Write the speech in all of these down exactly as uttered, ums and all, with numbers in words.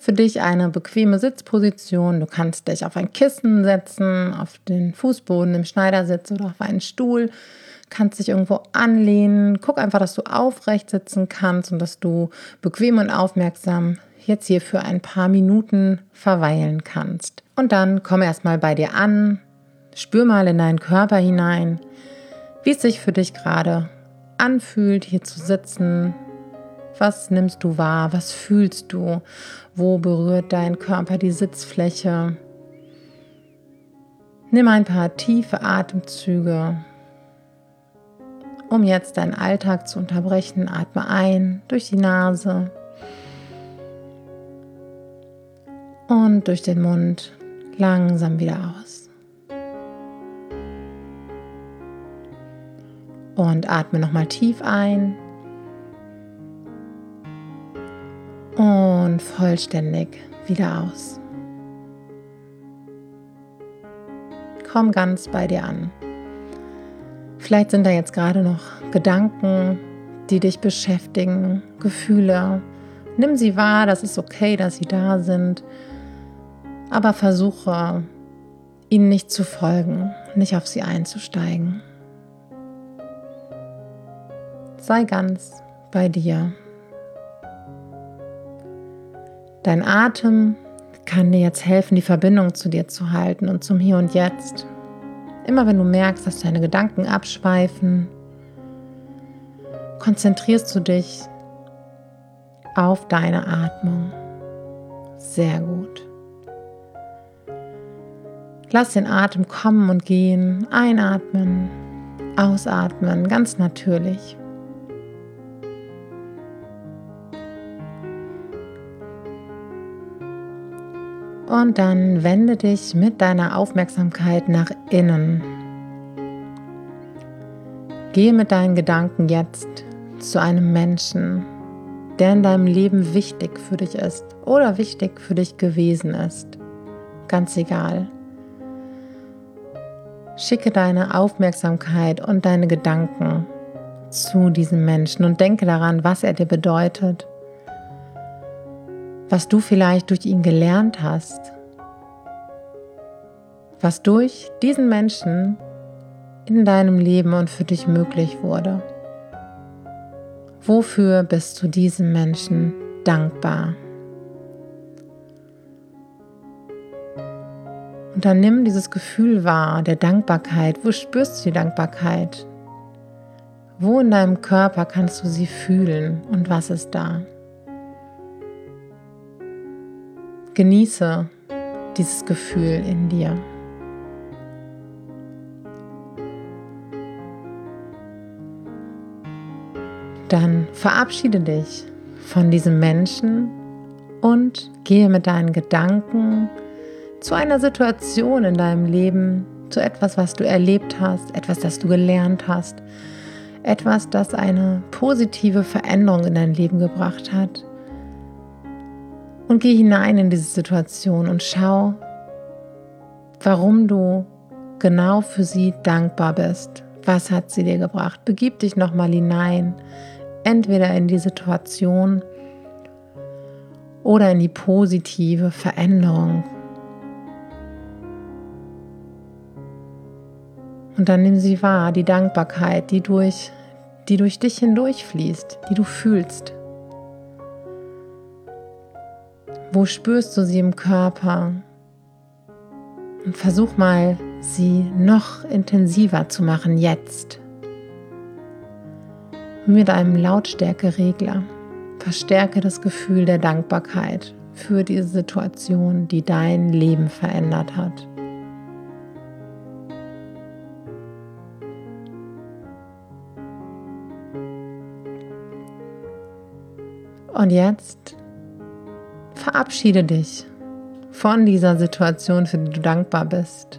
für dich eine bequeme Sitzposition. Du kannst dich auf ein Kissen setzen, auf den Fußboden im Schneidersitz oder auf einen Stuhl. Kannst dich irgendwo anlehnen. Guck einfach, dass du aufrecht sitzen kannst und dass du bequem und aufmerksam jetzt hier für ein paar Minuten verweilen kannst. Und dann komm erstmal bei dir an. Spür mal in deinen Körper hinein, wie es sich für dich gerade anfühlt, hier zu sitzen. Was nimmst du wahr? Was fühlst du? Wo berührt dein Körper die Sitzfläche? Nimm ein paar tiefe Atemzüge, um jetzt deinen Alltag zu unterbrechen. Atme ein durch die Nase und durch den Mund langsam wieder aus. Und atme nochmal tief ein und vollständig wieder aus. Komm ganz bei dir an. Vielleicht sind da jetzt gerade noch Gedanken, die dich beschäftigen, Gefühle. Nimm sie wahr, das ist okay, dass sie da sind, aber versuche, ihnen nicht zu folgen, nicht auf sie einzusteigen. Sei ganz bei dir. Dein Atem kann dir jetzt helfen, die Verbindung zu dir zu halten und zum Hier und Jetzt. Immer wenn du merkst, dass deine Gedanken abschweifen, konzentrierst du dich auf deine Atmung. Sehr gut. Lass den Atem kommen und gehen. Einatmen, ausatmen, ganz natürlich. Und dann wende dich mit deiner Aufmerksamkeit nach innen. Gehe mit deinen Gedanken jetzt zu einem Menschen, der in deinem Leben wichtig für dich ist oder wichtig für dich gewesen ist. Ganz egal. Schicke deine Aufmerksamkeit und deine Gedanken zu diesem Menschen und denke daran, was er dir bedeutet. Was du vielleicht durch ihn gelernt hast, was durch diesen Menschen in deinem Leben und für dich möglich wurde. Wofür bist du diesem Menschen dankbar? Und dann nimm dieses Gefühl wahr, der Dankbarkeit. Wo spürst du die Dankbarkeit? Wo in deinem Körper kannst du sie fühlen und was ist da? Genieße dieses Gefühl in dir. Dann verabschiede dich von diesem Menschen und gehe mit deinen Gedanken zu einer Situation in deinem Leben, zu etwas, was du erlebt hast, etwas, das du gelernt hast, etwas, das eine positive Veränderung in dein Leben gebracht hat. Und geh hinein in diese Situation und schau, warum du genau für sie dankbar bist. Was hat sie dir gebracht? Begib dich nochmal hinein, entweder in die Situation oder in die positive Veränderung. Und dann nimm sie wahr, die Dankbarkeit, die durch, die durch dich hindurchfließt, die du fühlst. Wo spürst du sie im Körper? Und versuch mal, sie noch intensiver zu machen jetzt. Mit einem Lautstärkeregler verstärke das Gefühl der Dankbarkeit für diese Situation, die dein Leben verändert hat. Und jetzt verabschiede dich von dieser Situation, für die du dankbar bist.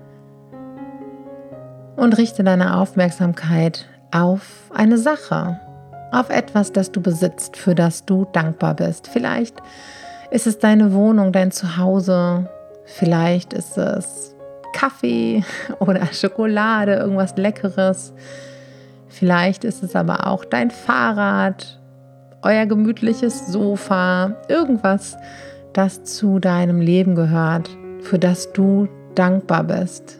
Und richte deine Aufmerksamkeit auf eine Sache, auf etwas, das du besitzt, für das du dankbar bist. Vielleicht ist es deine Wohnung, dein Zuhause, vielleicht ist es Kaffee oder Schokolade, irgendwas Leckeres. Vielleicht ist es aber auch dein Fahrrad, euer gemütliches Sofa, irgendwas, das zu deinem Leben gehört, für das du dankbar bist.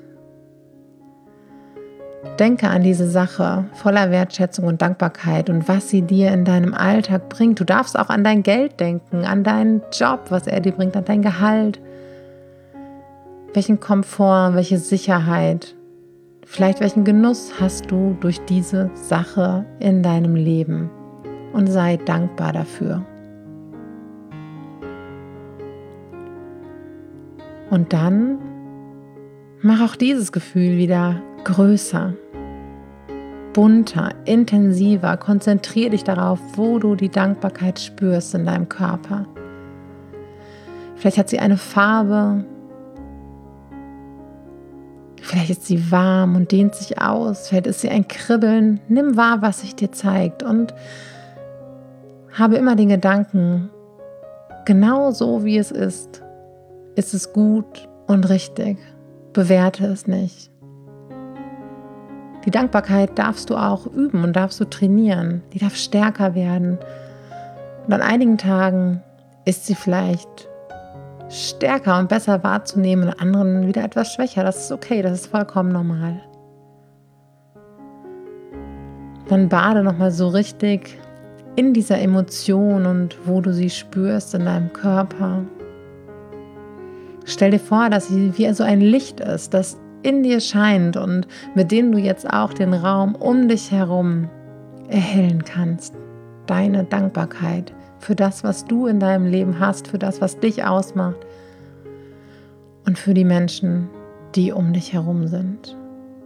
Denke an diese Sache voller Wertschätzung und Dankbarkeit und was sie dir in deinem Alltag bringt. Du darfst auch an dein Geld denken, an deinen Job, was er dir bringt, an dein Gehalt. Welchen Komfort, welche Sicherheit, vielleicht welchen Genuss hast du durch diese Sache in deinem Leben und sei dankbar dafür. Und dann mach auch dieses Gefühl wieder größer, bunter, intensiver. Konzentriere dich darauf, wo du die Dankbarkeit spürst in deinem Körper. Vielleicht hat sie eine Farbe, vielleicht ist sie warm und dehnt sich aus, vielleicht ist sie ein Kribbeln. Nimm wahr, was sich dir zeigt und habe immer den Gedanken, genau so wie es ist, ist es gut und richtig. Bewerte es nicht. Die Dankbarkeit darfst du auch üben und darfst du trainieren. Die darf stärker werden. Und an einigen Tagen ist sie vielleicht stärker und besser wahrzunehmen, an anderen wieder etwas schwächer. Das ist okay, das ist vollkommen normal. Dann bade nochmal so richtig in dieser Emotion und wo du sie spürst in deinem Körper. Stell dir vor, dass sie wie so ein Licht ist, das in dir scheint und mit dem du jetzt auch den Raum um dich herum erhellen kannst. Deine Dankbarkeit für das, was du in deinem Leben hast, für das, was dich ausmacht und für die Menschen, die um dich herum sind.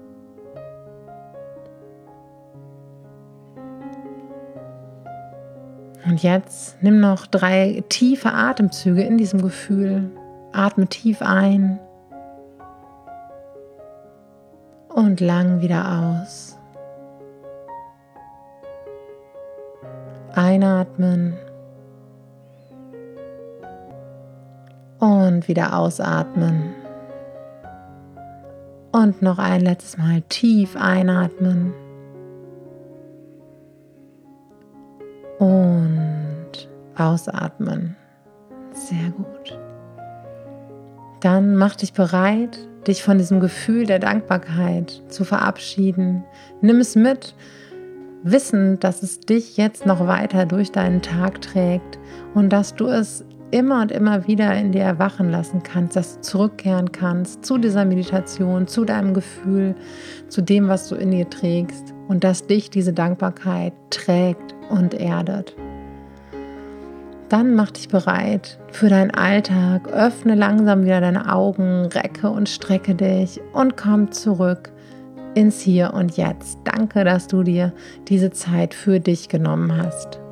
Und jetzt nimm noch drei tiefe Atemzüge in diesem Gefühl. Atme tief ein und lang wieder aus. Einatmen und wieder ausatmen. Und noch ein letztes Mal tief einatmen und ausatmen. Sehr gut. Dann mach dich bereit, dich von diesem Gefühl der Dankbarkeit zu verabschieden. Nimm es mit, wissend, dass es dich jetzt noch weiter durch deinen Tag trägt und dass du es immer und immer wieder in dir erwachen lassen kannst, dass du zurückkehren kannst zu dieser Meditation, zu deinem Gefühl, zu dem, was du in dir trägst und dass dich diese Dankbarkeit trägt und erdet. Dann mach dich bereit für deinen Alltag, öffne langsam wieder deine Augen, recke und strecke dich und komm zurück ins Hier und Jetzt. Danke, dass du dir diese Zeit für dich genommen hast.